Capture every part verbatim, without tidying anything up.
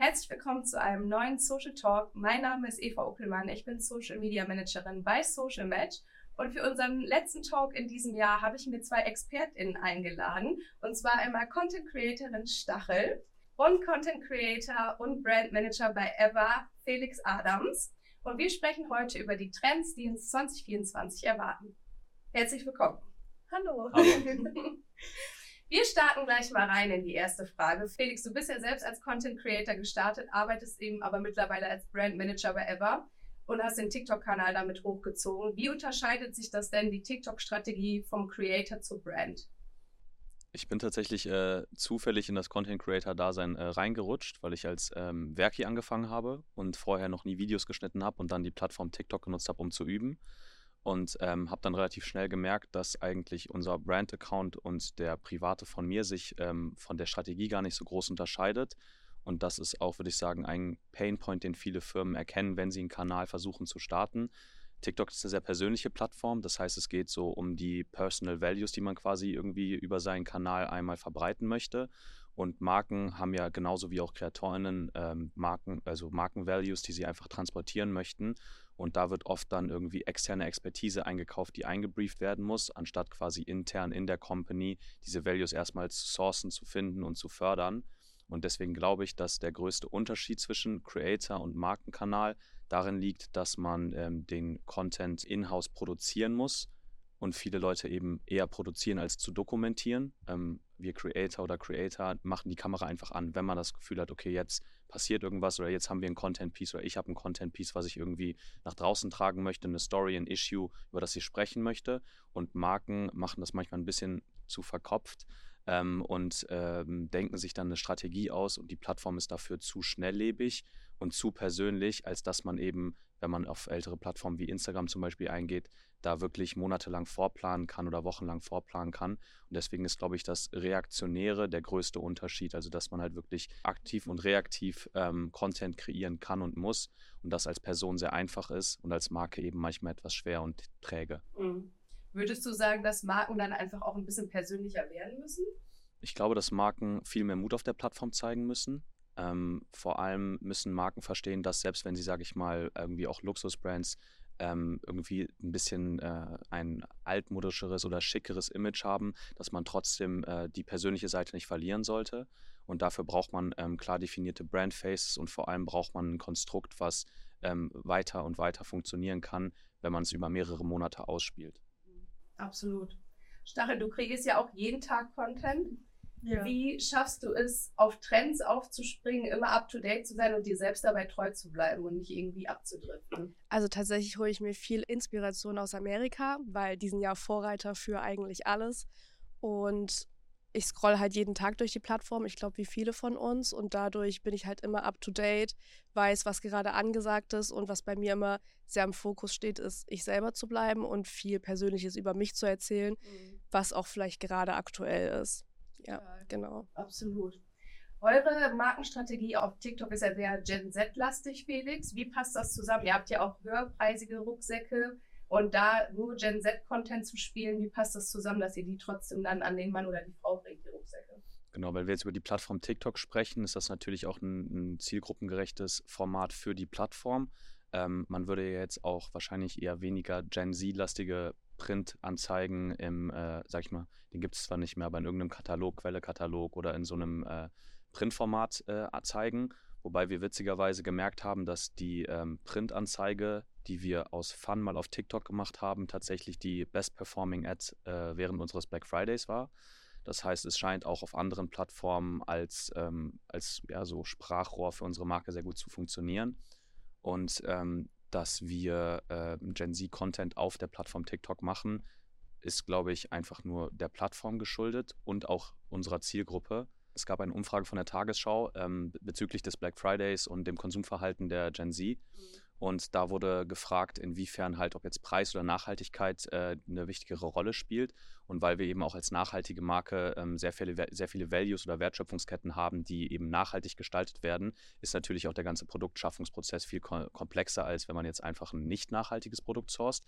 Herzlich willkommen zu einem neuen Social Talk. Mein Name ist Eva Uckelmann, ich bin Social Media Managerin bei Social Match. Und für unseren letzten Talk in diesem Jahr habe ich mir zwei ExpertInnen eingeladen. Und zwar einmal Content Creatorin Stachel und Content Creator und Brand Manager bei Ever, Felix Adams. Und wir sprechen heute über die Trends, die uns zwanzig vierundzwanzig erwarten. Herzlich willkommen. Hallo. Hallo. Wir starten gleich mal rein in die erste Frage. Felix, du bist ja selbst als Content Creator gestartet, arbeitest eben aber mittlerweile als Brand Manager bei Ever und hast den TikTok-Kanal damit hochgezogen. Wie unterscheidet sich das denn, die TikTok-Strategie vom Creator zur Brand? Ich bin tatsächlich äh, zufällig in das Content-Creator-Dasein äh, reingerutscht, weil ich als ähm, Werki angefangen habe und vorher noch nie Videos geschnitten habe und dann die Plattform TikTok genutzt habe, um zu üben. Und ähm, habe dann relativ schnell gemerkt, dass eigentlich unser Brand-Account und der private von mir sich ähm, von der Strategie gar nicht so groß unterscheidet. Und das ist auch, würde ich sagen, ein Painpoint, den viele Firmen erkennen, wenn sie einen Kanal versuchen zu starten. TikTok ist eine sehr persönliche Plattform, das heißt, es geht so um die Personal Values, die man quasi irgendwie über seinen Kanal einmal verbreiten möchte. Und Marken haben ja genauso wie auch KreatorInnen ähm, Marken, also Marken-Values, die sie einfach transportieren möchten. Und da wird oft dann irgendwie externe Expertise eingekauft, die eingebrieft werden muss, anstatt quasi intern in der Company diese Values erstmal zu sourcen, zu finden und zu fördern. Und deswegen glaube ich, dass der größte Unterschied zwischen Creator und Markenkanal darin liegt, dass man ähm, den Content in-house produzieren muss und viele Leute eben eher produzieren als zu dokumentieren. Ähm, wir Creator oder Creator machen die Kamera einfach an, wenn man das Gefühl hat, okay, jetzt passiert irgendwas oder jetzt haben wir ein Content-Piece oder ich habe ein Content-Piece, was ich irgendwie nach draußen tragen möchte, eine Story, ein Issue, über das ich sprechen möchte. Und Marken machen das manchmal ein bisschen zu verkopft ähm, und ähm, denken sich dann eine Strategie aus und die Plattform ist dafür zu schnelllebig und zu persönlich, als dass man eben, wenn man auf ältere Plattformen wie Instagram zum Beispiel eingeht, da wirklich monatelang vorplanen kann oder wochenlang vorplanen kann. Und deswegen ist, glaube ich, das Reaktionäre der größte Unterschied. Also, dass man halt wirklich aktiv und reaktiv ähm, Content kreieren kann und muss und das als Person sehr einfach ist und als Marke eben manchmal etwas schwer und träge. Mhm. Würdest du sagen, dass Marken dann einfach auch ein bisschen persönlicher werden müssen? Ich glaube, dass Marken viel mehr Mut auf der Plattform zeigen müssen. Ähm, vor allem müssen Marken verstehen, dass selbst wenn sie, sage ich mal, irgendwie auch Luxusbrands ähm, irgendwie ein bisschen äh, ein altmodischeres oder schickeres Image haben, dass man trotzdem äh, die persönliche Seite nicht verlieren sollte. Und dafür braucht man ähm, klar definierte Brandfaces und vor allem braucht man ein Konstrukt, was ähm, weiter und weiter funktionieren kann, wenn man es über mehrere Monate ausspielt. Absolut. Stachel, du kreierst ja auch jeden Tag Content. Ja. Wie schaffst du es, auf Trends aufzuspringen, immer up-to-date zu sein und dir selbst dabei treu zu bleiben und nicht irgendwie abzudriften? Also tatsächlich hole ich mir viel Inspiration aus Amerika, weil die sind ja Vorreiter für eigentlich alles. Und ich scroll halt jeden Tag durch die Plattform, ich glaube wie viele von uns. Und dadurch bin ich halt immer up-to-date, weiß, was gerade angesagt ist. Und was bei mir immer sehr im Fokus steht, ist, ich selber zu bleiben und viel Persönliches über mich zu erzählen, mhm. was auch vielleicht gerade aktuell ist. Ja, ja, genau. Absolut. Eure Markenstrategie auf TikTok ist ja sehr Gen Z-lastig, Felix. Wie passt das zusammen? Ihr habt ja auch höherpreisige Rucksäcke und da nur Gen Z-Content zu spielen, wie passt das zusammen, dass ihr die trotzdem dann an den Mann oder die Frau bringt, die Rucksäcke? Genau, weil wir jetzt über die Plattform TikTok sprechen, ist das natürlich auch ein, ein zielgruppengerechtes Format für die Plattform. Ähm, man würde ja jetzt auch wahrscheinlich eher weniger Gen Z-lastige Printanzeigen im, äh, sag ich mal, den gibt es zwar nicht mehr, aber in irgendeinem Katalog, Quelle-Katalog oder in so einem äh, Printformat äh, zeigen. Wobei wir witzigerweise gemerkt haben, dass die ähm, Printanzeige, die wir aus Fun mal auf TikTok gemacht haben, tatsächlich die best-performing Ad äh, während unseres Black Fridays war. Das heißt, es scheint auch auf anderen Plattformen als, ähm, als ja, so Sprachrohr für unsere Marke sehr gut zu funktionieren. Und ähm, dass wir äh, Gen Z-Content auf der Plattform TikTok machen, ist, glaube ich, einfach nur der Plattform geschuldet und auch unserer Zielgruppe. Es gab eine Umfrage von der Tagesschau ähm, bezüglich des Black Fridays und dem Konsumverhalten der Gen Z. Mhm. Und da wurde gefragt, inwiefern halt, ob jetzt Preis oder Nachhaltigkeit äh, eine wichtigere Rolle spielt. Und weil wir eben auch als nachhaltige Marke ähm, sehr viele, sehr viele Values oder Wertschöpfungsketten haben, die eben nachhaltig gestaltet werden, ist natürlich auch der ganze Produktschaffungsprozess viel kom- komplexer, als wenn man jetzt einfach ein nicht nachhaltiges Produkt sourced.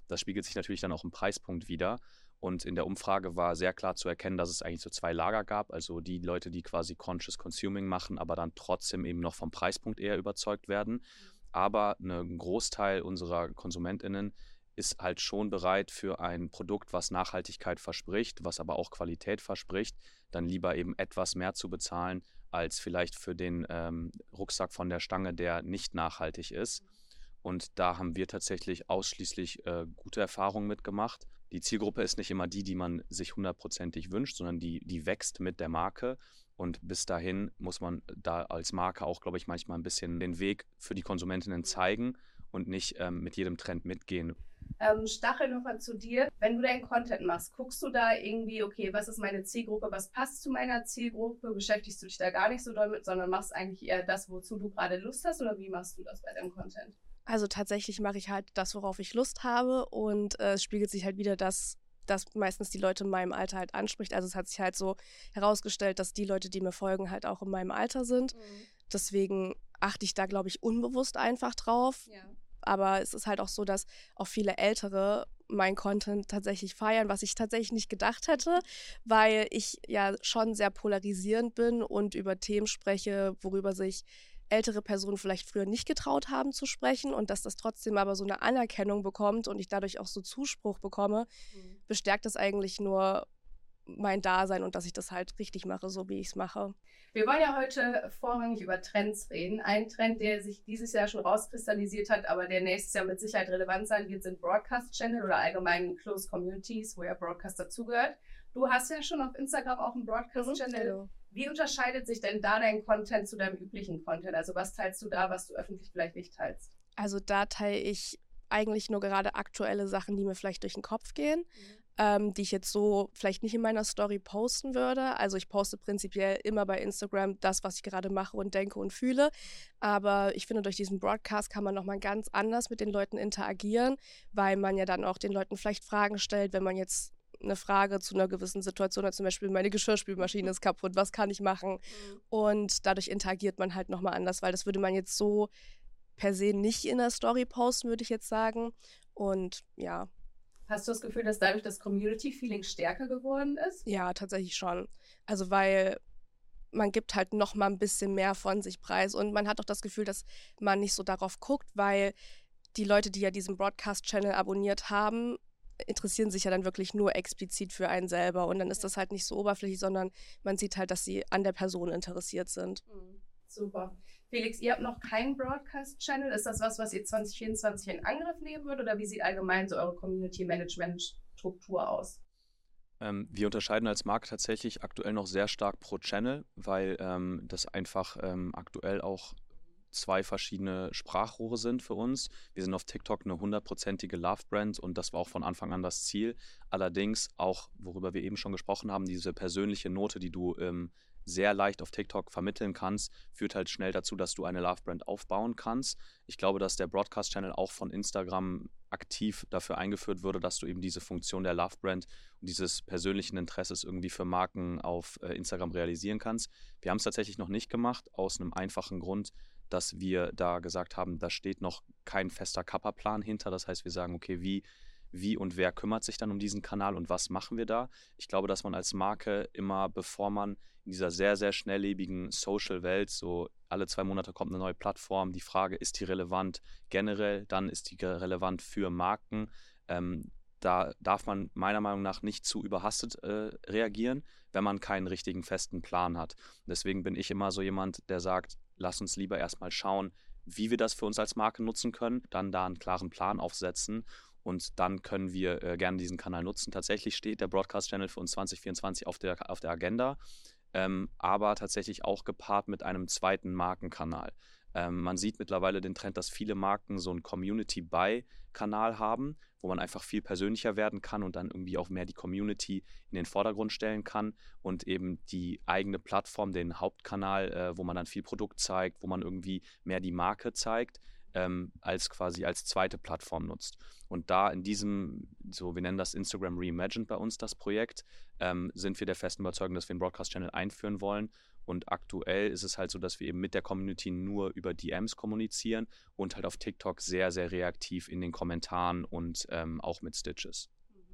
Das spiegelt sich natürlich dann auch im Preispunkt wider. Und in der Umfrage war sehr klar zu erkennen, dass es eigentlich so zwei Lager gab. Also die Leute, die quasi Conscious Consuming machen, aber dann trotzdem eben noch vom Preispunkt eher überzeugt werden. Aber ein Großteil unserer KonsumentInnen ist halt schon bereit für ein Produkt, was Nachhaltigkeit verspricht, was aber auch Qualität verspricht, dann lieber eben etwas mehr zu bezahlen, als vielleicht für den ähm, Rucksack von der Stange, der nicht nachhaltig ist. Und da haben wir tatsächlich ausschließlich äh, gute Erfahrungen mitgemacht. Die Zielgruppe ist nicht immer die, die man sich hundertprozentig wünscht, sondern die, die wächst mit der Marke. Und bis dahin muss man da als Marke auch, glaube ich, manchmal ein bisschen den Weg für die Konsumentinnen zeigen und nicht ähm, mit jedem Trend mitgehen. Ähm, Stachel, nochmal zu dir. Wenn du deinen Content machst, guckst du da irgendwie, okay, was ist meine Zielgruppe, was passt zu meiner Zielgruppe? Beschäftigst du dich da gar nicht so doll mit, sondern machst eigentlich eher das, wozu du gerade Lust hast? Oder wie machst du das bei deinem Content? Also tatsächlich mache ich halt das, worauf ich Lust habe, und äh, es spiegelt sich halt wieder, dass das meistens die Leute in meinem Alter halt anspricht. Also es hat sich halt so herausgestellt, dass die Leute, die mir folgen, halt auch in meinem Alter sind. Mhm. Deswegen achte ich da, glaube ich, unbewusst einfach drauf. Ja. Aber es ist halt auch so, dass auch viele Ältere mein Content tatsächlich feiern, was ich tatsächlich nicht gedacht hätte, weil ich ja schon sehr polarisierend bin und über Themen spreche, worüber sich ältere Personen vielleicht früher nicht getraut haben zu sprechen, und dass das trotzdem aber so eine Anerkennung bekommt und ich dadurch auch so Zuspruch bekomme, mhm. bestärkt das eigentlich nur mein Dasein und dass ich das halt richtig mache, so wie ich es mache. Wir wollen ja heute vorrangig über Trends reden. Ein Trend, der sich dieses Jahr schon rauskristallisiert hat, aber der nächstes Jahr mit Sicherheit relevant sein wird, sind Broadcast-Channel oder allgemein Closed Communities, wo ja Broadcast dazugehört. Du hast ja schon auf Instagram auch einen Broadcast-Channel. Mhm. Wie unterscheidet sich denn da dein Content zu deinem üblichen Content? Also was teilst du da, was du öffentlich vielleicht nicht teilst? Also da teile ich eigentlich nur gerade aktuelle Sachen, die mir vielleicht durch den Kopf gehen, mhm. ähm, die ich jetzt so vielleicht nicht in meiner Story posten würde. Also ich poste prinzipiell immer bei Instagram das, was ich gerade mache und denke und fühle. Aber ich finde, durch diesen Broadcast kann man nochmal ganz anders mit den Leuten interagieren, weil man ja dann auch den Leuten vielleicht Fragen stellt, wenn man jetzt eine Frage zu einer gewissen Situation hat, zum Beispiel meine Geschirrspülmaschine ist kaputt, was kann ich machen? Mhm. Und dadurch interagiert man halt nochmal anders, weil das würde man jetzt so per se nicht in der Story posten, würde ich jetzt sagen. Und ja. Hast du das Gefühl, dass dadurch das Community-Feeling stärker geworden ist? Ja, tatsächlich schon. Also weil man gibt halt nochmal ein bisschen mehr von sich preis und man hat auch das Gefühl, dass man nicht so darauf guckt, weil die Leute, die ja diesen Broadcast-Channel abonniert haben, interessieren sich ja dann wirklich nur explizit für einen selber, und dann ist das halt nicht so oberflächlich, sondern man sieht halt, dass sie an der Person interessiert sind. Mhm. Super. Felix, ihr habt noch keinen Broadcast-Channel. Ist das was, was ihr zwanzig vierundzwanzig in Angriff nehmen würdet, oder wie sieht allgemein so eure Community-Management-Struktur aus? Ähm, wir unterscheiden als Marke tatsächlich aktuell noch sehr stark pro Channel, weil ähm, das einfach ähm, aktuell auch zwei verschiedene Sprachrohre sind für uns. Wir sind auf TikTok eine hundertprozentige Love-Brand und das war auch von Anfang an das Ziel. Allerdings auch, worüber wir eben schon gesprochen haben, diese persönliche Note, die du ähm, sehr leicht auf TikTok vermitteln kannst, führt halt schnell dazu, dass du eine Love-Brand aufbauen kannst. Ich glaube, dass der Broadcast-Channel auch von Instagram aktiv dafür eingeführt würde, dass du eben diese Funktion der Love-Brand und dieses persönlichen Interesses irgendwie für Marken auf äh, Instagram realisieren kannst. Wir haben es tatsächlich noch nicht gemacht, aus einem einfachen Grund, dass wir da gesagt haben, da steht noch kein fester Kappa-Plan hinter. Das heißt, wir sagen, okay, wie, wie und wer kümmert sich dann um diesen Kanal und was machen wir da? Ich glaube, dass man als Marke immer, bevor man in dieser sehr, sehr schnelllebigen Social-Welt, so alle zwei Monate kommt eine neue Plattform, die Frage, ist die relevant generell, dann ist die relevant für Marken. Ähm, da darf man meiner Meinung nach nicht zu überhastet äh, reagieren, wenn man keinen richtigen festen Plan hat. Und deswegen bin ich immer so jemand, der sagt, lass uns lieber erstmal schauen, wie wir das für uns als Marke nutzen können, dann da einen klaren Plan aufsetzen und dann können wir äh, gerne diesen Kanal nutzen. Tatsächlich steht der Broadcast-Channel für uns zwanzig vierundzwanzig auf der, auf der Agenda, ähm, aber tatsächlich auch gepaart mit einem zweiten Markenkanal. Ähm, man sieht mittlerweile den Trend, dass viele Marken so einen Community-Buy-Kanal haben, wo man einfach viel persönlicher werden kann und dann irgendwie auch mehr die Community in den Vordergrund stellen kann und eben die eigene Plattform, den Hauptkanal, äh, wo man dann viel Produkt zeigt, wo man irgendwie mehr die Marke zeigt, ähm, als quasi als zweite Plattform nutzt. Und da in diesem, so wir nennen das Instagram Reimagined bei uns, das Projekt, ähm, sind wir der festen Überzeugung, dass wir einen Broadcast-Channel einführen wollen Und aktuell ist es halt so, dass wir eben mit der Community nur über D Ms kommunizieren und halt auf TikTok sehr, sehr reaktiv in den Kommentaren und ähm, auch mit Stitches.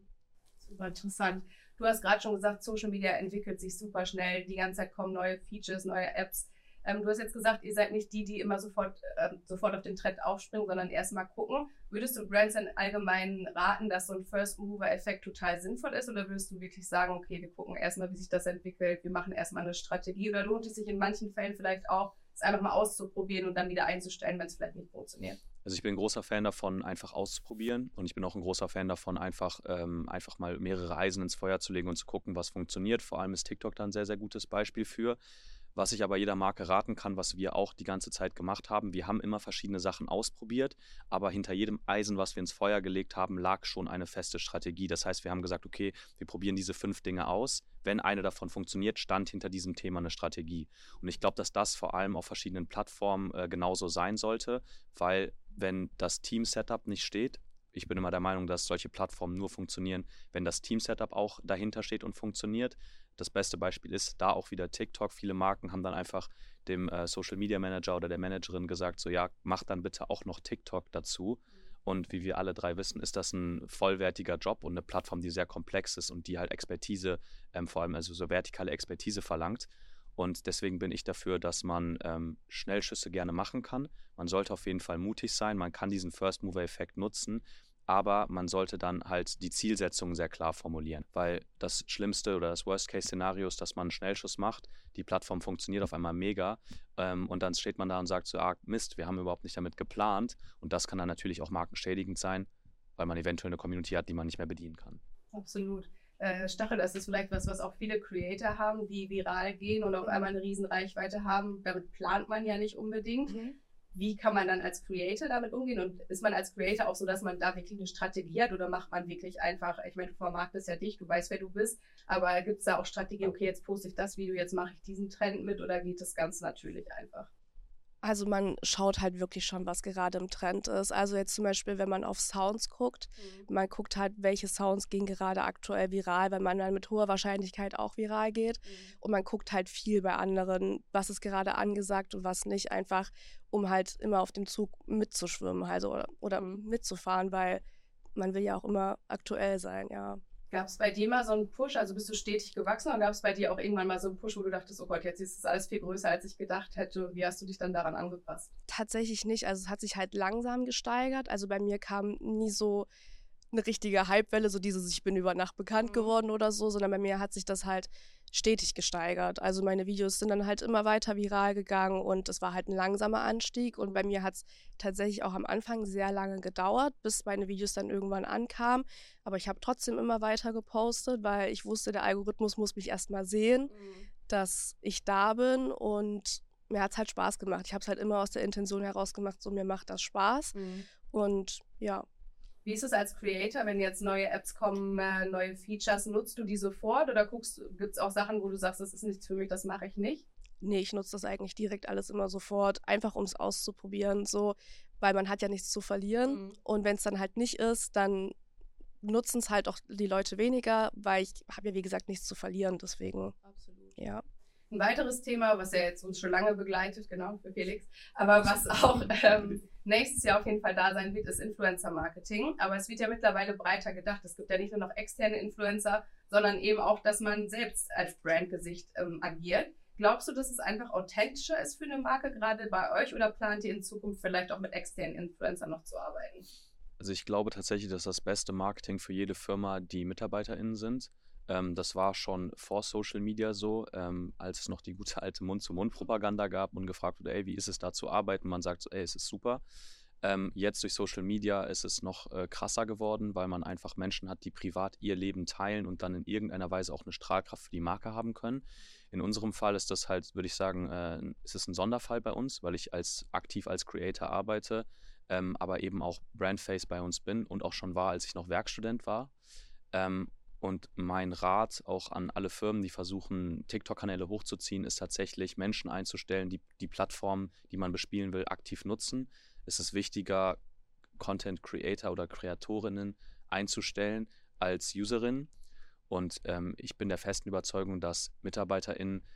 Super interessant. Du hast gerade schon gesagt, Social Media entwickelt sich super schnell. Die ganze Zeit kommen neue Features, neue Apps. Ähm, du hast jetzt gesagt, ihr seid nicht die, die immer sofort, ähm, sofort auf den Trend aufspringen, sondern erstmal gucken. Würdest du Brands dann allgemein raten, dass so ein First-Mover-Effekt total sinnvoll ist? Oder würdest du wirklich sagen, okay, wir gucken erstmal, wie sich das entwickelt, wir machen erstmal eine Strategie? Oder lohnt es sich in manchen Fällen vielleicht auch, es einfach mal auszuprobieren und dann wieder einzustellen, wenn es vielleicht nicht funktioniert? Also ich bin ein großer Fan davon, einfach auszuprobieren, und ich bin auch ein großer Fan davon, einfach, ähm, einfach mal mehrere Eisen ins Feuer zu legen und zu gucken, was funktioniert. Vor allem ist TikTok da ein sehr, sehr gutes Beispiel für. Was ich aber jeder Marke raten kann, was wir auch die ganze Zeit gemacht haben: Wir haben immer verschiedene Sachen ausprobiert, aber hinter jedem Eisen, was wir ins Feuer gelegt haben, lag schon eine feste Strategie. Das heißt, wir haben gesagt, okay, wir probieren diese fünf Dinge aus. Wenn eine davon funktioniert, stand hinter diesem Thema eine Strategie. Und ich glaube, dass das vor allem auf verschiedenen Plattformen äh, genauso sein sollte, weil wenn das Team-Setup nicht steht, ich bin immer der Meinung, dass solche Plattformen nur funktionieren, wenn das Team-Setup auch dahinter steht und funktioniert. Das beste Beispiel ist da auch wieder TikTok. Viele Marken haben dann einfach dem äh, Social Media Manager oder der Managerin gesagt, so ja, mach dann bitte auch noch TikTok dazu. Und wie wir alle drei wissen, ist das ein vollwertiger Job und eine Plattform, die sehr komplex ist und die halt Expertise, ähm, vor allem also so vertikale Expertise verlangt. Und deswegen bin ich dafür, dass man ähm, Schnellschüsse gerne machen kann. Man sollte auf jeden Fall mutig sein, man kann diesen First-Mover-Effekt nutzen, aber man sollte dann halt die Zielsetzung sehr klar formulieren, weil das Schlimmste oder das Worst-Case-Szenario ist, dass man einen Schnellschuss macht, die Plattform funktioniert auf einmal mega ähm, und dann steht man da und sagt so, ah Mist, wir haben überhaupt nicht damit geplant, und das kann dann natürlich auch markenschädigend sein, weil man eventuell eine Community hat, die man nicht mehr bedienen kann. Absolut. Äh, Stachel, das ist vielleicht was, was auch viele Creator haben, die viral gehen und auf einmal eine riesen Reichweite haben. Damit plant man ja nicht unbedingt. Mhm. Wie kann man dann als Creator damit umgehen? Und ist man als Creator auch so, dass man da wirklich eine Strategie hat, oder macht man wirklich einfach, ich meine, du vermarktest ja dich, du weißt, wer du bist, aber gibt es da auch Strategie, okay, jetzt poste ich das Video, jetzt mache ich diesen Trend mit, oder geht das ganz natürlich einfach? Also man schaut halt wirklich schon, was gerade im Trend ist. Also jetzt zum Beispiel, wenn man auf Sounds guckt, mhm. man guckt halt, welche Sounds gehen gerade aktuell viral, weil man dann mit hoher Wahrscheinlichkeit auch viral geht. Mhm. Und man guckt halt viel bei anderen, was ist gerade angesagt und was nicht, einfach um halt immer auf dem Zug mitzuschwimmen, also oder, oder mitzufahren, weil man will ja auch immer aktuell sein, ja. Gab es bei dir mal so einen Push, also bist du stetig gewachsen, oder gab es bei dir auch irgendwann mal so einen Push, wo du dachtest, oh Gott, jetzt ist das alles viel größer, als ich gedacht hätte? Wie hast du dich dann daran angepasst? Tatsächlich nicht, also es hat sich halt langsam gesteigert, also bei mir kam nie so eine richtige Hypewelle, so dieses, ich bin über Nacht bekannt mhm. geworden oder so, sondern bei mir hat sich das halt stetig gesteigert. Also meine Videos sind dann halt immer weiter viral gegangen und es war halt ein langsamer Anstieg, und bei mir hat es tatsächlich auch am Anfang sehr lange gedauert, bis meine Videos dann irgendwann ankamen, aber ich habe trotzdem immer weiter gepostet, weil ich wusste, der Algorithmus muss mich erstmal sehen, mhm. dass ich da bin, und mir hat es halt Spaß gemacht. Ich habe es halt immer aus der Intention heraus gemacht, so mir macht das Spaß mhm. und ja. Wie ist es als Creator, wenn jetzt neue Apps kommen, äh, neue Features, nutzt du die sofort, oder guckst, gibt es auch Sachen, wo du sagst, das ist nichts für mich, das mache ich nicht? Nee, ich nutze das eigentlich direkt alles immer sofort, einfach um es auszuprobieren, so, weil man hat ja nichts zu verlieren, mhm. und wenn es dann halt nicht ist, dann nutzen es halt auch die Leute weniger, weil ich habe ja wie gesagt nichts zu verlieren, deswegen. Absolut. Ja. Ein weiteres Thema, was ja jetzt uns schon lange begleitet, genau, für Felix, aber was auch ähm, nächstes Jahr auf jeden Fall da sein wird, ist Influencer-Marketing. Aber es wird ja mittlerweile breiter gedacht. Es gibt ja nicht nur noch externe Influencer, sondern eben auch, dass man selbst als Brandgesicht ähm, agiert. Glaubst du, dass es einfach authentischer ist für eine Marke, gerade bei euch, oder plant ihr in Zukunft vielleicht auch mit externen Influencern noch zu arbeiten? Also ich glaube tatsächlich, dass das beste Marketing für jede Firma die MitarbeiterInnen sind. Ähm, das war schon vor Social Media so, ähm, als es noch die gute alte Mund-zu-Mund-Propaganda gab und gefragt wurde, ey, wie ist es da zu arbeiten? Man sagt so, ey, es ist super. Ähm, jetzt durch Social Media ist es noch äh, krasser geworden, weil man einfach Menschen hat, die privat ihr Leben teilen und dann in irgendeiner Weise auch eine Strahlkraft für die Marke haben können. In unserem Fall ist das halt, würde ich sagen, äh, ist es ein Sonderfall bei uns, weil ich als aktiv als Creator arbeite, ähm, aber eben auch Brandface bei uns bin und auch schon war, als ich noch Werkstudent war. Ähm, Und mein Rat auch an alle Firmen, die versuchen, TikTok-Kanäle hochzuziehen, ist tatsächlich, Menschen einzustellen, die die Plattform, die man bespielen will, aktiv nutzen. Es ist wichtiger, Content-Creator oder Kreatorinnen einzustellen als Userinnen. Und ähm, ich bin der festen Überzeugung, dass MitarbeiterInnen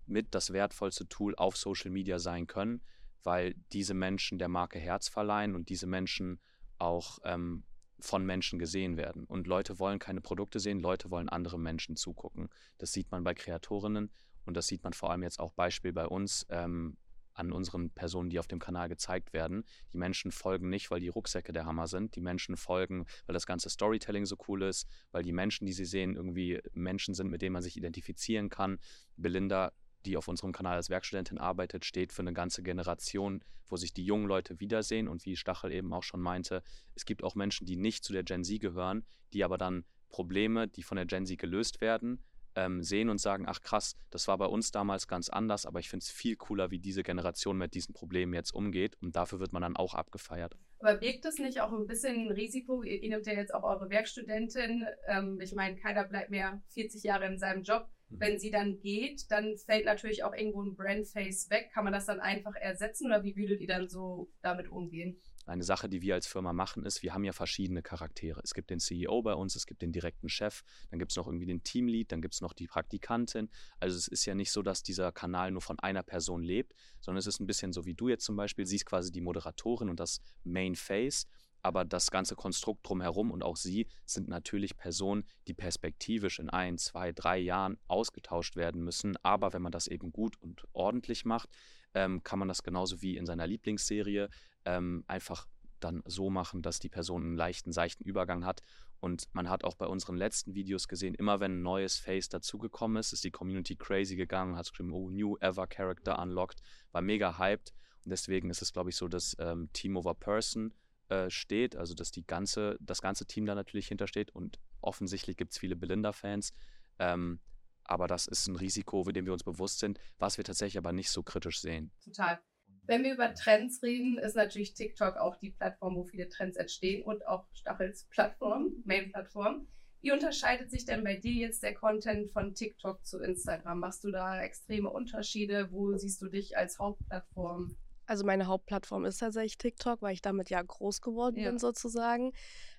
mit das wertvollste Tool auf Social Media sein können, weil diese Menschen der Marke Herz verleihen und diese Menschen auch ähm, von Menschen gesehen werden. Und Leute wollen keine Produkte sehen, Leute wollen andere Menschen zugucken. Das sieht man bei Kreatorinnen und das sieht man vor allem jetzt auch Beispiel bei uns ähm, an unseren Personen, die auf dem Kanal gezeigt werden. Die Menschen folgen nicht, weil die Rucksäcke der Hammer sind. Die Menschen folgen, weil das ganze Storytelling so cool ist, weil die Menschen, die sie sehen, irgendwie Menschen sind, mit denen man sich identifizieren kann. Belinda, die auf unserem Kanal als Werkstudentin arbeitet, steht für eine ganze Generation, wo sich die jungen Leute wiedersehen. Und wie Stachel eben auch schon meinte, es gibt auch Menschen, die nicht zu der Gen Z gehören, die aber dann Probleme, die von der Gen Z gelöst werden, ähm, sehen und sagen, ach krass, das war bei uns damals ganz anders, aber ich finde es viel cooler, wie diese Generation mit diesen Problemen jetzt umgeht. Und dafür wird man dann auch abgefeiert. Aber birgt das nicht auch ein bisschen ein Risiko? Ihr, ihr nehmt ja jetzt auch eure Werkstudentin. Ähm, ich meine, keiner bleibt mehr vierzig Jahre in seinem Job. Wenn sie dann geht, dann fällt natürlich auch irgendwo ein Brandface weg. Kann man das dann einfach ersetzen oder wie würdet ihr dann so damit umgehen? Eine Sache, die wir als Firma machen, ist, wir haben ja verschiedene Charaktere. Es gibt den C E O bei uns, es gibt den direkten Chef, dann gibt es noch irgendwie den Teamlead, dann gibt es noch die Praktikantin. Also es ist ja nicht so, dass dieser Kanal nur von einer Person lebt, sondern es ist ein bisschen so wie du jetzt zum Beispiel. Sie ist quasi die Moderatorin und das Main Face. Aber das ganze Konstrukt drumherum und auch sie sind natürlich Personen, die perspektivisch in ein, zwei, drei Jahren ausgetauscht werden müssen. Aber wenn man das eben gut und ordentlich macht, ähm, kann man das genauso wie in seiner Lieblingsserie ähm, einfach dann so machen, dass die Person einen leichten, seichten Übergang hat. Und man hat auch bei unseren letzten Videos gesehen, immer wenn ein neues Face dazugekommen ist, ist die Community crazy gegangen, hat geschrieben, oh, New Ever Character unlocked, war mega hyped. Und deswegen ist es, glaube ich, so, dass ähm, Team over Person steht, also dass die ganze, das ganze Team da natürlich hintersteht und offensichtlich gibt es viele Belinda-Fans, ähm, aber das ist ein Risiko, dem wir uns bewusst sind, was wir tatsächlich aber nicht so kritisch sehen. Total. Wenn wir über Trends reden, ist natürlich TikTok auch die Plattform, wo viele Trends entstehen und auch Stachels Plattform, Main-Plattform. Wie unterscheidet sich denn bei dir jetzt der Content von TikTok zu Instagram? Machst du da extreme Unterschiede? Wo siehst du dich als Hauptplattform? Also meine Hauptplattform ist tatsächlich TikTok, weil ich damit ja groß geworden Ja. bin sozusagen.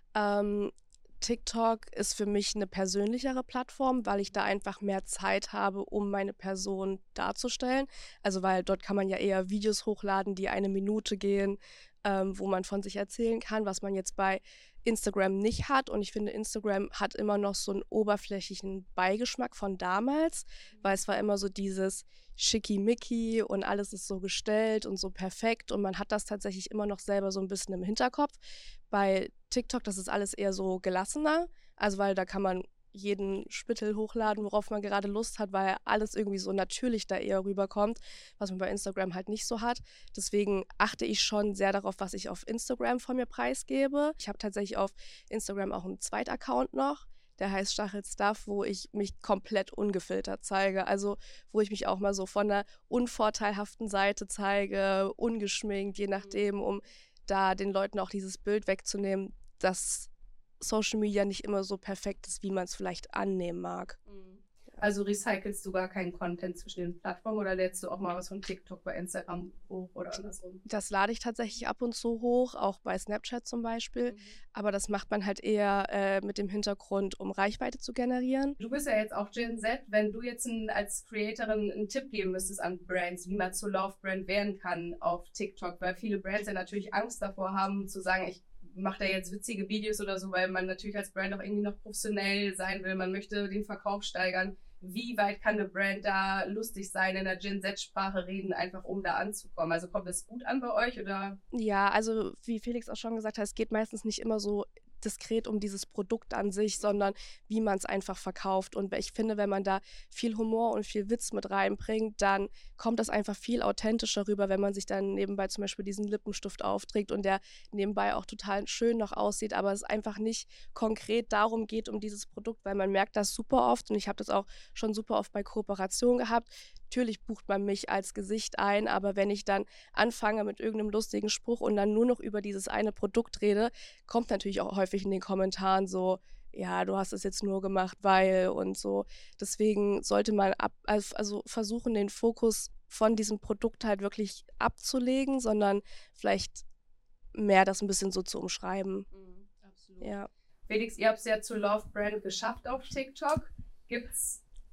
Ähm, TikTok ist für mich eine persönlichere Plattform, weil ich da einfach mehr Zeit habe, um meine Person darzustellen. Also weil dort kann man ja eher Videos hochladen, die eine Minute gehen, ähm, wo man von sich erzählen kann, was man jetzt bei Instagram nicht hat. Und ich finde, Instagram hat immer noch so einen oberflächlichen Beigeschmack von damals, weil es war immer so dieses Schickimicki und alles ist so gestellt und so perfekt und man hat das tatsächlich immer noch selber so ein bisschen im Hinterkopf. Bei TikTok, das ist alles eher so gelassener, also weil da kann man jeden Spittel hochladen, worauf man gerade Lust hat, weil alles irgendwie so natürlich da eher rüberkommt, was man bei Instagram halt nicht so hat. Deswegen achte ich schon sehr darauf, was ich auf Instagram von mir preisgebe. Ich habe tatsächlich auf Instagram auch einen Zweitaccount noch. Der heißt Stachel Stuff, wo ich mich komplett ungefiltert zeige. Also wo ich mich auch mal so von einer unvorteilhaften Seite zeige, ungeschminkt, je nachdem, um da den Leuten auch dieses Bild wegzunehmen, dass Social Media nicht immer so perfekt ist, wie man es vielleicht annehmen mag. Also recycelst du gar keinen Content zwischen den Plattformen oder lädst du auch mal was von TikTok bei Instagram hoch oder andersrum? Das lade ich tatsächlich ab und zu hoch, auch bei Snapchat zum Beispiel. Mhm. Aber das macht man halt eher äh, mit dem Hintergrund, um Reichweite zu generieren. Du bist ja jetzt auch Gen Z. Wenn du jetzt ein, als Creatorin einen Tipp geben müsstest an Brands, wie man zur Love-Brand werden kann auf TikTok, weil viele Brands ja natürlich Angst davor haben, zu sagen, ich mache da jetzt witzige Videos oder so, weil man natürlich als Brand auch irgendwie noch professionell sein will. Man möchte den Verkauf steigern. Wie weit kann eine Brand da lustig sein, in der Gen Z-Sprache reden, einfach um da anzukommen? Also kommt das gut an bei euch oder? Ja, also wie Felix auch schon gesagt hat, es geht meistens nicht immer so diskret um dieses Produkt an sich, sondern wie man es einfach verkauft. Und ich finde, wenn man da viel Humor und viel Witz mit reinbringt, dann kommt das einfach viel authentischer rüber, wenn man sich dann nebenbei zum Beispiel diesen Lippenstift aufträgt und der nebenbei auch total schön noch aussieht, aber es einfach nicht konkret darum geht, um dieses Produkt, weil man merkt das super oft und ich habe das auch schon super oft bei Kooperationen gehabt. Natürlich bucht man mich als Gesicht ein, aber wenn ich dann anfange mit irgendeinem lustigen Spruch und dann nur noch über dieses eine Produkt rede, kommt natürlich auch häufig in den Kommentaren so, ja, du hast es jetzt nur gemacht, weil und so. Deswegen sollte man ab, also versuchen, den Fokus von diesem Produkt halt wirklich abzulegen, sondern vielleicht mehr das ein bisschen so zu umschreiben. Mhm, absolut. Ja. Felix, ihr habt es ja zur Love Brand geschafft auf TikTok. Gibt es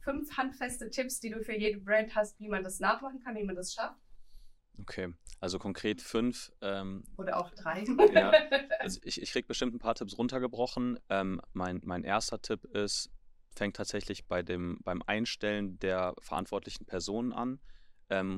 fünf handfeste Tipps, die du für jede Brand hast, wie man das nachmachen kann, wie man das schafft. Okay, also konkret fünf. Ähm, Oder auch drei. ja, also ich, ich kriege bestimmt ein paar Tipps runtergebrochen. Ähm, mein, mein erster Tipp ist, fängt tatsächlich bei dem, beim Einstellen der verantwortlichen Personen an. Ähm,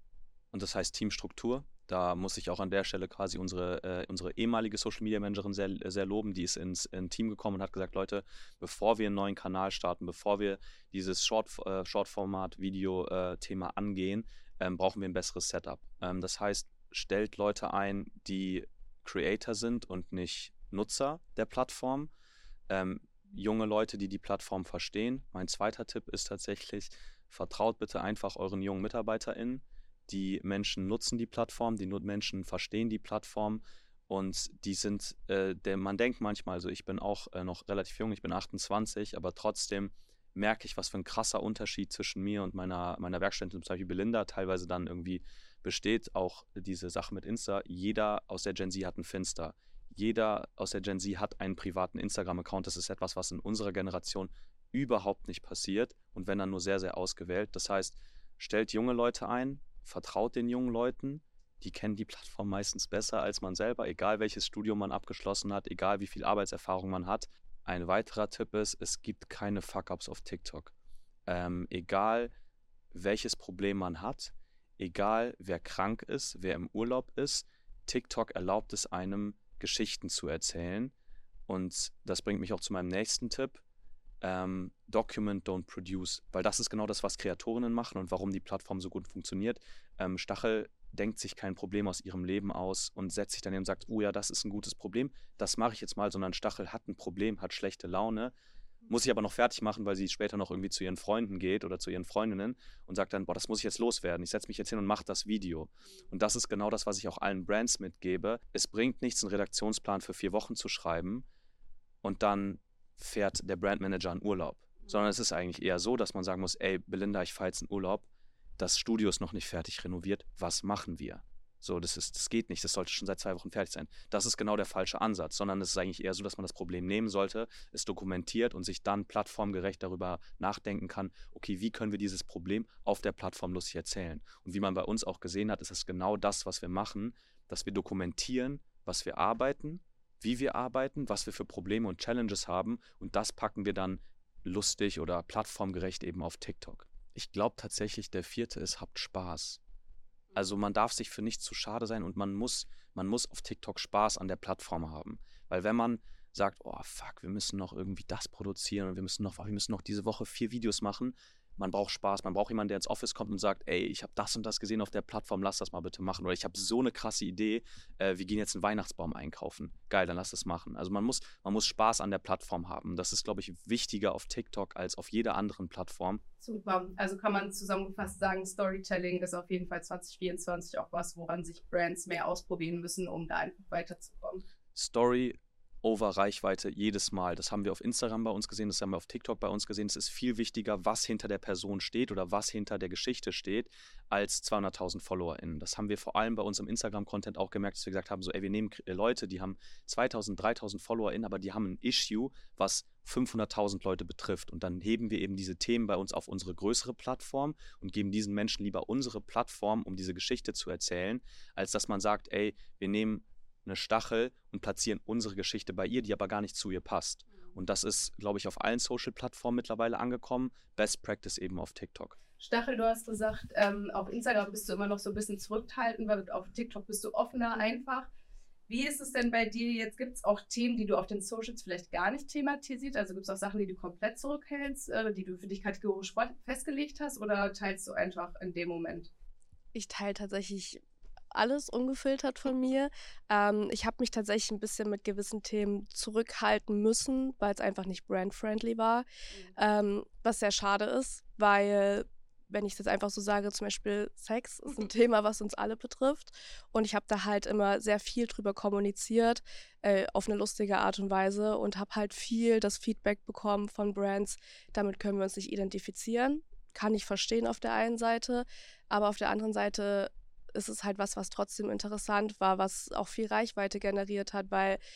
und das heißt Teamstruktur. Da muss ich auch an der Stelle quasi unsere, äh, unsere ehemalige Social Media Managerin sehr, sehr loben. Die ist ins in Team gekommen und hat gesagt, Leute, bevor wir einen neuen Kanal starten, bevor wir dieses Short, äh, Short-Format-Video-Thema angehen, ähm, brauchen wir ein besseres Setup. Ähm, das heißt, stellt Leute ein, die Creator sind und nicht Nutzer der Plattform. Ähm, junge Leute, die die Plattform verstehen. Mein zweiter Tipp ist tatsächlich, vertraut bitte einfach euren jungen MitarbeiterInnen. Die Menschen nutzen die Plattform, die Menschen verstehen die Plattform und die sind, äh, der, man denkt manchmal, also ich bin auch äh, noch relativ jung, ich bin achtundzwanzig, aber trotzdem merke ich, was für ein krasser Unterschied zwischen mir und meiner, meiner Werkstudentin, zum Beispiel Belinda, teilweise dann irgendwie besteht. Auch diese Sache mit Insta, jeder aus der Gen Z hat ein Finsta. Jeder aus der Gen Z hat einen privaten Instagram-Account. Das ist etwas, was in unserer Generation überhaupt nicht passiert und wenn dann nur sehr, sehr ausgewählt. Das heißt, stellt junge Leute ein, vertraut den jungen Leuten, die kennen die Plattform meistens besser als man selber, egal welches Studium man abgeschlossen hat, egal wie viel Arbeitserfahrung man hat. Ein weiterer Tipp ist, es gibt keine Fuck-Ups auf TikTok. Ähm, egal welches Problem man hat, egal wer krank ist, wer im Urlaub ist, TikTok erlaubt es einem, Geschichten zu erzählen. Und das bringt mich auch zu meinem nächsten Tipp. Ähm, Document, don't produce, weil das ist genau das, was Kreatorinnen machen und warum die Plattform so gut funktioniert. Ähm, Stachel denkt sich kein Problem aus ihrem Leben aus und setzt sich dann hin und sagt, oh ja, das ist ein gutes Problem, das mache ich jetzt mal, sondern Stachel hat ein Problem, hat schlechte Laune, muss sich aber noch fertig machen, weil sie später noch irgendwie zu ihren Freunden geht oder zu ihren Freundinnen und sagt dann, boah, das muss ich jetzt loswerden, ich setze mich jetzt hin und mache das Video. Und das ist genau das, was ich auch allen Brands mitgebe. Es bringt nichts, einen Redaktionsplan für vier Wochen zu schreiben und dann fährt der Brandmanager in Urlaub. Sondern es ist eigentlich eher so, dass man sagen muss, ey, Belinda, ich fahre jetzt in Urlaub, das Studio ist noch nicht fertig renoviert, was machen wir? So, das ist, das geht nicht, das sollte schon seit zwei Wochen fertig sein. Das ist genau der falsche Ansatz, sondern es ist eigentlich eher so, dass man das Problem nehmen sollte, es dokumentiert und sich dann plattformgerecht darüber nachdenken kann, okay, wie können wir dieses Problem auf der Plattform lustig erzählen? Und wie man bei uns auch gesehen hat, ist es genau das, was wir machen, dass wir dokumentieren, was wir arbeiten, wie wir arbeiten, was wir für Probleme und Challenges haben und das packen wir dann lustig oder plattformgerecht eben auf TikTok. Ich glaube tatsächlich, der vierte ist, habt Spaß. Also man darf sich für nichts zu schade sein und man muss, man muss auf TikTok Spaß an der Plattform haben. Weil wenn man sagt, oh fuck, wir müssen noch irgendwie das produzieren und wir müssen noch, wir müssen noch diese Woche vier Videos machen, man braucht Spaß, man braucht jemanden, der ins Office kommt und sagt, ey, ich habe das und das gesehen auf der Plattform, lass das mal bitte machen. Oder ich habe so eine krasse Idee, äh, wir gehen jetzt einen Weihnachtsbaum einkaufen. Geil, dann lass das machen. Also man muss, man muss Spaß an der Plattform haben. Das ist, glaube ich, wichtiger auf TikTok als auf jeder anderen Plattform. Super. Also kann man zusammengefasst sagen, Storytelling ist auf jeden Fall zwanzig vierundzwanzig auch was, woran sich Brands mehr ausprobieren müssen, um da einfach weiterzukommen. Story over Reichweite jedes Mal. Das haben wir auf Instagram bei uns gesehen, das haben wir auf TikTok bei uns gesehen. Es ist viel wichtiger, was hinter der Person steht oder was hinter der Geschichte steht, als zweihunderttausend FollowerInnen. Das haben wir vor allem bei unserem Instagram-Content auch gemerkt, dass wir gesagt haben, so ey, wir nehmen Leute, die haben zweitausend, dreitausend FollowerInnen, aber die haben ein Issue, was fünfhunderttausend Leute betrifft. Und dann heben wir eben diese Themen bei uns auf unsere größere Plattform und geben diesen Menschen lieber unsere Plattform, um diese Geschichte zu erzählen, als dass man sagt, ey, wir nehmen eine Stachel und platzieren unsere Geschichte bei ihr, die aber gar nicht zu ihr passt. Und das ist, glaube ich, auf allen Social-Plattformen mittlerweile angekommen. Best Practice eben auf TikTok. Stachel, du hast gesagt, ähm, auf Instagram bist du immer noch so ein bisschen zurückhaltend, weil auf TikTok bist du offener einfach. Wie ist es denn bei dir jetzt? Gibt es auch Themen, die du auf den Socials vielleicht gar nicht thematisiert? Also gibt es auch Sachen, die du komplett zurückhältst, äh, die du für dich kategorisch festgelegt hast oder teilst du einfach in dem Moment? Ich teile tatsächlich alles ungefiltert von mir. Ähm, ich habe mich tatsächlich ein bisschen mit gewissen Themen zurückhalten müssen, weil es einfach nicht brand-friendly war. Mhm. Ähm, was sehr schade ist, weil, wenn ich das einfach so sage, zum Beispiel Sex ist ein Thema, was uns alle betrifft. Und ich habe da halt immer sehr viel drüber kommuniziert, äh, auf eine lustige Art und Weise und habe halt viel das Feedback bekommen von Brands, damit können wir uns nicht identifizieren. Kann ich verstehen auf der einen Seite, aber auf der anderen Seite ist es halt was, was trotzdem interessant war, was auch viel Reichweite generiert hat, weil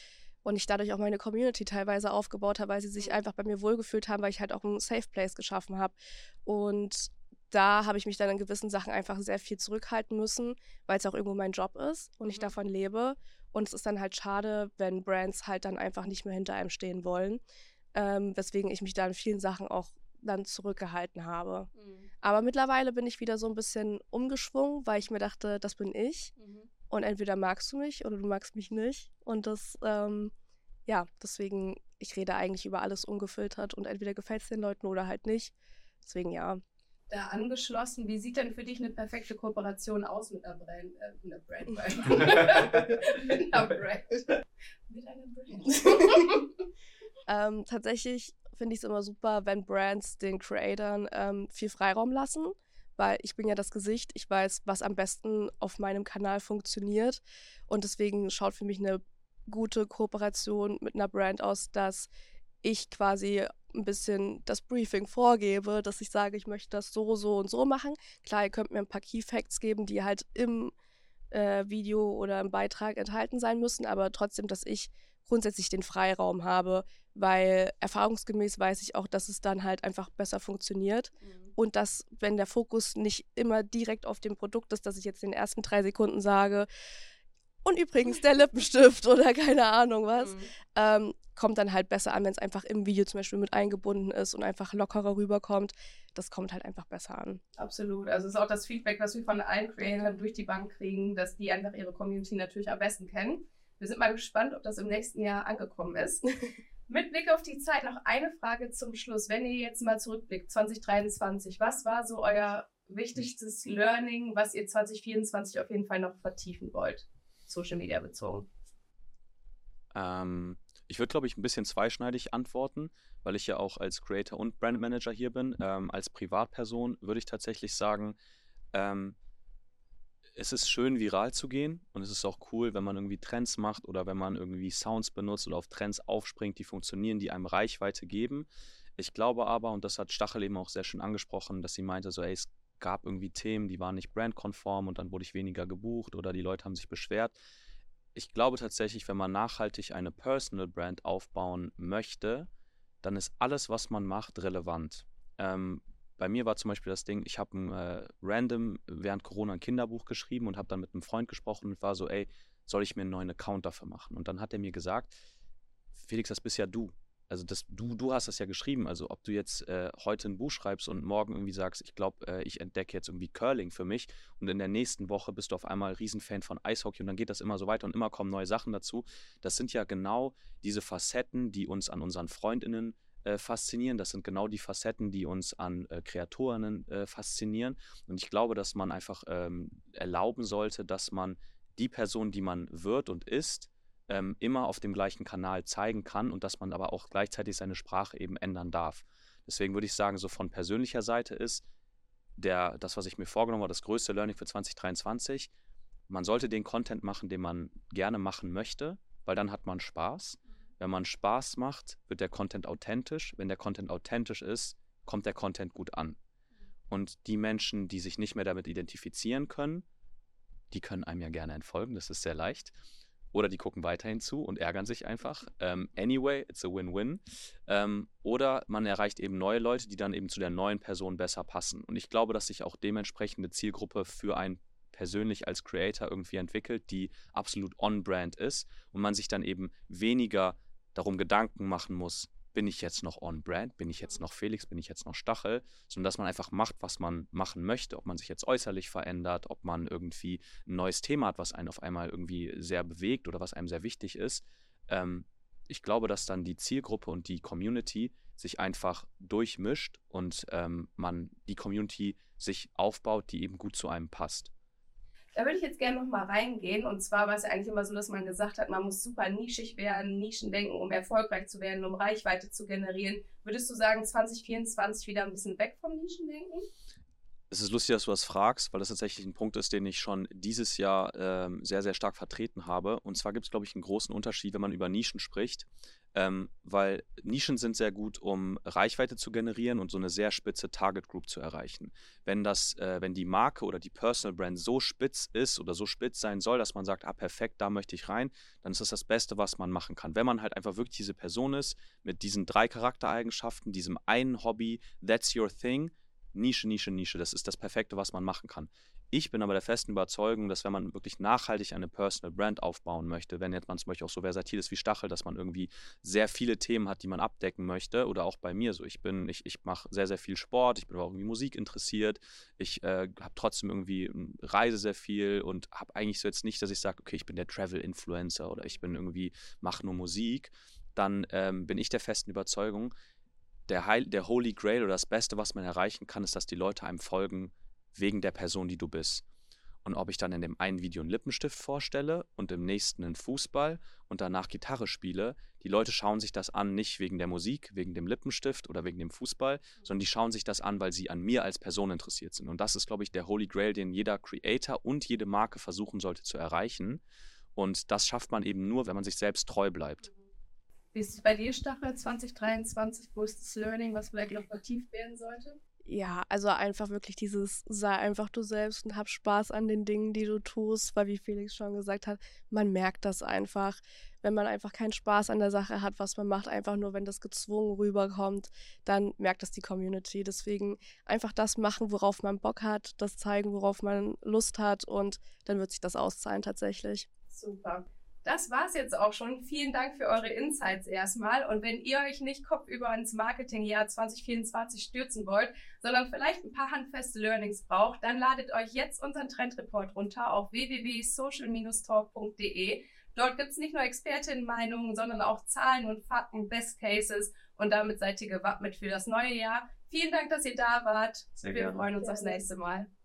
und ich dadurch auch meine Community teilweise aufgebaut habe, weil sie sich Mhm. einfach bei mir wohlgefühlt haben, weil ich halt auch einen Safe Place geschaffen habe. Und da habe ich mich dann in gewissen Sachen einfach sehr viel zurückhalten müssen, weil es auch irgendwo mein Job ist und ich Mhm. davon lebe. Und es ist dann halt schade, wenn Brands halt dann einfach nicht mehr hinter einem stehen wollen, ähm, weswegen ich mich da in vielen Sachen auch dann zurückgehalten habe. Mhm. Aber mittlerweile bin ich wieder so ein bisschen umgeschwungen, weil ich mir dachte, das bin ich. Mhm. Und entweder magst du mich oder du magst mich nicht. Und das, ähm, ja, deswegen, ich rede eigentlich über alles ungefiltert und entweder gefällt es den Leuten oder halt nicht. Deswegen ja. Da angeschlossen, wie sieht denn für dich eine perfekte Kooperation aus mit einer Brand? Äh, mit einer Brand, mit einer Brand. Mit einer Brand. ähm, tatsächlich finde ich es immer super, wenn Brands den Creatoren ähm, viel Freiraum lassen, weil ich bin ja das Gesicht, ich weiß, was am besten auf meinem Kanal funktioniert und deswegen schaut für mich eine gute Kooperation mit einer Brand aus, dass ich quasi ein bisschen das Briefing vorgebe, dass ich sage, ich möchte das so, so und so machen. Klar, ihr könnt mir ein paar Key Facts geben, die halt im äh, Video oder im Beitrag enthalten sein müssen, aber trotzdem, dass ich grundsätzlich den Freiraum habe, weil erfahrungsgemäß weiß ich auch, dass es dann halt einfach besser funktioniert Mhm. und dass, wenn der Fokus nicht immer direkt auf dem Produkt ist, dass ich jetzt in den ersten drei Sekunden sage, und übrigens der Lippenstift oder keine Ahnung was, Mhm. ähm, kommt dann halt besser an, wenn es einfach im Video zum Beispiel mit eingebunden ist und einfach lockerer rüberkommt. Das kommt halt einfach besser an. Absolut. Also es ist auch das Feedback, was wir von allen Creatoren durch die Bank kriegen, dass die einfach ihre Community natürlich am besten kennen. Wir sind mal gespannt, ob das im nächsten Jahr angekommen ist. Mit Blick auf die Zeit noch eine Frage zum Schluss. Wenn ihr jetzt mal zurückblickt, zwanzig dreiundzwanzig, was war so euer wichtigstes Learning, was ihr zwanzig vierundzwanzig auf jeden Fall noch vertiefen wollt? Social Media bezogen. Ähm, ich würde, glaube ich, ein bisschen zweischneidig antworten, weil ich ja auch als Creator und Brand Manager hier bin. Ähm, als Privatperson würde ich tatsächlich sagen, ähm, es ist schön, viral zu gehen und es ist auch cool, wenn man irgendwie Trends macht oder wenn man irgendwie Sounds benutzt oder auf Trends aufspringt, die funktionieren, die einem Reichweite geben. Ich glaube aber, und das hat Stachel eben auch sehr schön angesprochen, dass sie meinte, so, ey, es gab irgendwie Themen, die waren nicht brandkonform und dann wurde ich weniger gebucht oder die Leute haben sich beschwert. Ich glaube tatsächlich, wenn man nachhaltig eine Personal Brand aufbauen möchte, dann ist alles, was man macht, relevant. Ähm, bei mir war zum Beispiel das Ding, ich habe äh, random während Corona ein Kinderbuch geschrieben und habe dann mit einem Freund gesprochen und war so, ey, soll ich mir einen neuen Account dafür machen? Und dann hat er mir gesagt, Felix, das bist ja du. Also das, du, du hast das ja geschrieben. Also ob du jetzt äh, heute ein Buch schreibst und morgen irgendwie sagst, ich glaube, äh, ich entdecke jetzt irgendwie Curling für mich und in der nächsten Woche bist du auf einmal Riesenfan von Eishockey und dann geht das immer so weiter und immer kommen neue Sachen dazu. Das sind ja genau diese Facetten, die uns an unseren FreundInnen äh, faszinieren. Das sind genau die Facetten, die uns an äh, Kreatorinnen äh, faszinieren. Und ich glaube, dass man einfach ähm, erlauben sollte, dass man die Person, die man wird und ist, ähm, immer auf dem gleichen Kanal zeigen kann und dass man aber auch gleichzeitig seine Sprache eben ändern darf. Deswegen würde ich sagen, so von persönlicher Seite ist der, das, was ich mir vorgenommen habe, das größte Learning für zwanzig dreiundzwanzig, man sollte den Content machen, den man gerne machen möchte, weil dann hat man Spaß. Wenn man Spaß macht, wird der Content authentisch. Wenn der Content authentisch ist, kommt der Content gut an. Und die Menschen, die sich nicht mehr damit identifizieren können, die können einem ja gerne entfolgen, das ist sehr leicht. Oder die gucken weiterhin zu und ärgern sich einfach. Ähm, anyway, it's a win-win. Ähm, oder man erreicht eben neue Leute, die dann eben zu der neuen Person besser passen. Und ich glaube, dass sich auch dementsprechend eine Zielgruppe für einen persönlich als Creator irgendwie entwickelt, die absolut on-brand ist und man sich dann eben weniger darum Gedanken machen muss, bin ich jetzt noch on-brand, bin ich jetzt noch Felix, bin ich jetzt noch Stachel, sondern dass man einfach macht, was man machen möchte, ob man sich jetzt äußerlich verändert, ob man irgendwie ein neues Thema hat, was einen auf einmal irgendwie sehr bewegt oder was einem sehr wichtig ist. Ähm, ich glaube, dass dann die Zielgruppe und die Community sich einfach durchmischt und ähm, man die Community sich aufbaut, die eben gut zu einem passt. Da würde ich jetzt gerne noch mal reingehen. Und zwar war es ja eigentlich immer so, dass man gesagt hat, man muss super nischig werden, Nischen denken, um erfolgreich zu werden, um Reichweite zu generieren. Würdest du sagen, zwanzig vierundzwanzig wieder ein bisschen weg vom Nischendenken? Es ist lustig, dass du das fragst, weil das tatsächlich ein Punkt ist, den ich schon dieses Jahr ähm, sehr, sehr stark vertreten habe. Und zwar gibt es, glaube ich, einen großen Unterschied, wenn man über Nischen spricht, ähm, weil Nischen sind sehr gut, um Reichweite zu generieren und so eine sehr spitze Target Group zu erreichen. Wenn das, äh, wenn die Marke oder die Personal Brand so spitz ist oder so spitz sein soll, dass man sagt, ah perfekt, da möchte ich rein, dann ist das das Beste, was man machen kann. Wenn man halt einfach wirklich diese Person ist, mit diesen drei Charaktereigenschaften, diesem einen Hobby, that's your thing, Nische, Nische, Nische, das ist das Perfekte, was man machen kann. Ich bin aber der festen Überzeugung, dass wenn man wirklich nachhaltig eine Personal Brand aufbauen möchte, wenn jetzt man zum Beispiel auch so versatil ist wie Stachel, dass man irgendwie sehr viele Themen hat, die man abdecken möchte, oder auch bei mir so, ich bin, ich, ich mache sehr, sehr viel Sport, ich bin aber auch irgendwie Musik interessiert, ich äh, habe trotzdem irgendwie, reise sehr viel und habe eigentlich so jetzt nicht, dass ich sage, okay, ich bin der Travel-Influencer oder ich bin irgendwie, mache nur Musik, dann ähm, bin ich der festen Überzeugung, Der, Heil, der Holy Grail oder das Beste, was man erreichen kann, ist, dass die Leute einem folgen wegen der Person, die du bist. Und ob ich dann in dem einen Video einen Lippenstift vorstelle und im nächsten einen Fußball und danach Gitarre spiele, die Leute schauen sich das an, nicht wegen der Musik, wegen dem Lippenstift oder wegen dem Fußball, sondern die schauen sich das an, weil sie an mir als Person interessiert sind. Und das ist, glaube ich, der Holy Grail, den jeder Creator und jede Marke versuchen sollte zu erreichen. Und das schafft man eben nur, wenn man sich selbst treu bleibt. Wie ist es bei dir, Stachel, zwanzig dreiundzwanzig? Wo ist das Learning, was vielleicht noch vertieft werden sollte? Ja, also einfach wirklich dieses, sei einfach du selbst und hab Spaß an den Dingen, die du tust, weil wie Felix schon gesagt hat, man merkt das einfach, wenn man einfach keinen Spaß an der Sache hat, was man macht, einfach nur, wenn das gezwungen rüberkommt, dann merkt das die Community. Deswegen einfach das machen, worauf man Bock hat, das zeigen, worauf man Lust hat und dann wird sich das auszahlen tatsächlich. Super. Das war's jetzt auch schon. Vielen Dank für eure Insights erstmal. Und wenn ihr euch nicht kopfüber ins Marketingjahr zwanzig vierundzwanzig stürzen wollt, sondern vielleicht ein paar handfeste Learnings braucht, dann ladet euch jetzt unseren Trendreport runter auf w w w punkt social dash talk punkt d e. Dort gibt's nicht nur Expertinnenmeinungen, sondern auch Zahlen und Fakten, Best Cases. Und damit seid ihr gewappnet für das neue Jahr. Vielen Dank, dass ihr da wart. Sehr Wir gerne. freuen uns aufs nächste Mal.